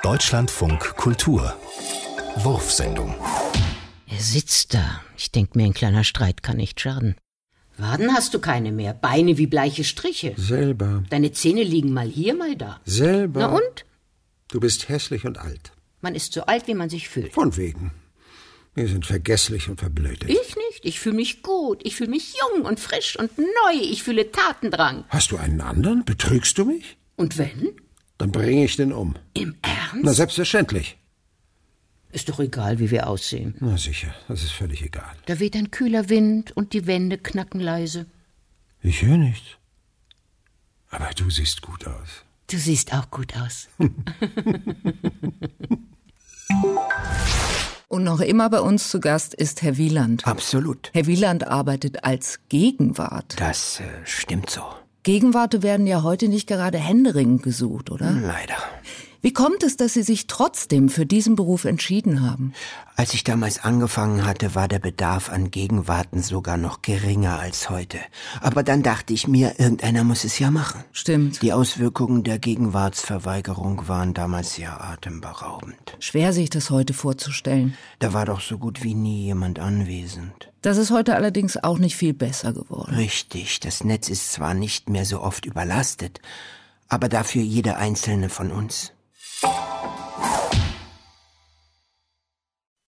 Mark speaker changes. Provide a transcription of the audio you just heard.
Speaker 1: Deutschlandfunk Kultur. Wurfsendung.
Speaker 2: Er sitzt da. Ich denk mir, ein kleiner Streit kann nicht schaden. Waden hast du keine mehr, Beine wie bleiche Striche.
Speaker 3: Selber.
Speaker 2: Deine Zähne liegen mal hier, mal da.
Speaker 3: Selber.
Speaker 2: Na und?
Speaker 3: Du bist hässlich und alt.
Speaker 2: Man ist so alt, wie man sich fühlt.
Speaker 3: Von wegen. Wir sind vergesslich und verblödet.
Speaker 2: Ich nicht. Ich fühle mich gut. Ich fühle mich jung und frisch und neu. Ich fühle Tatendrang.
Speaker 3: Hast du einen anderen? Betrügst du mich?
Speaker 2: Und wenn?
Speaker 3: Dann bringe ich den um.
Speaker 2: Im Ernst?
Speaker 3: Na, selbstverständlich.
Speaker 2: Ist doch egal, wie wir aussehen.
Speaker 3: Na sicher, das ist völlig egal.
Speaker 2: Da weht ein kühler Wind und die Wände knacken leise.
Speaker 3: Ich höre nichts. Aber du siehst gut aus.
Speaker 2: Du siehst auch gut aus.
Speaker 4: Und noch immer bei uns zu Gast ist Herr Wieland.
Speaker 5: Absolut.
Speaker 4: Herr Wieland arbeitet als Gegenwart.
Speaker 5: Das stimmt so.
Speaker 4: Gegenwarte werden ja heute nicht gerade händeringend gesucht, oder?
Speaker 5: Leider.
Speaker 4: Wie kommt es, dass Sie sich trotzdem für diesen Beruf entschieden haben?
Speaker 5: Als ich damals angefangen hatte, war der Bedarf an Gegenwarten sogar noch geringer als heute. Aber dann dachte ich mir, irgendeiner muss es ja machen.
Speaker 4: Stimmt.
Speaker 5: Die Auswirkungen der Gegenwartsverweigerung waren damals ja atemberaubend.
Speaker 4: Schwer, sich das heute vorzustellen.
Speaker 5: Da war doch so gut wie nie jemand anwesend.
Speaker 4: Das ist heute allerdings auch nicht viel besser geworden.
Speaker 5: Richtig, das Netz ist zwar nicht mehr so oft überlastet, aber dafür jeder einzelne von uns.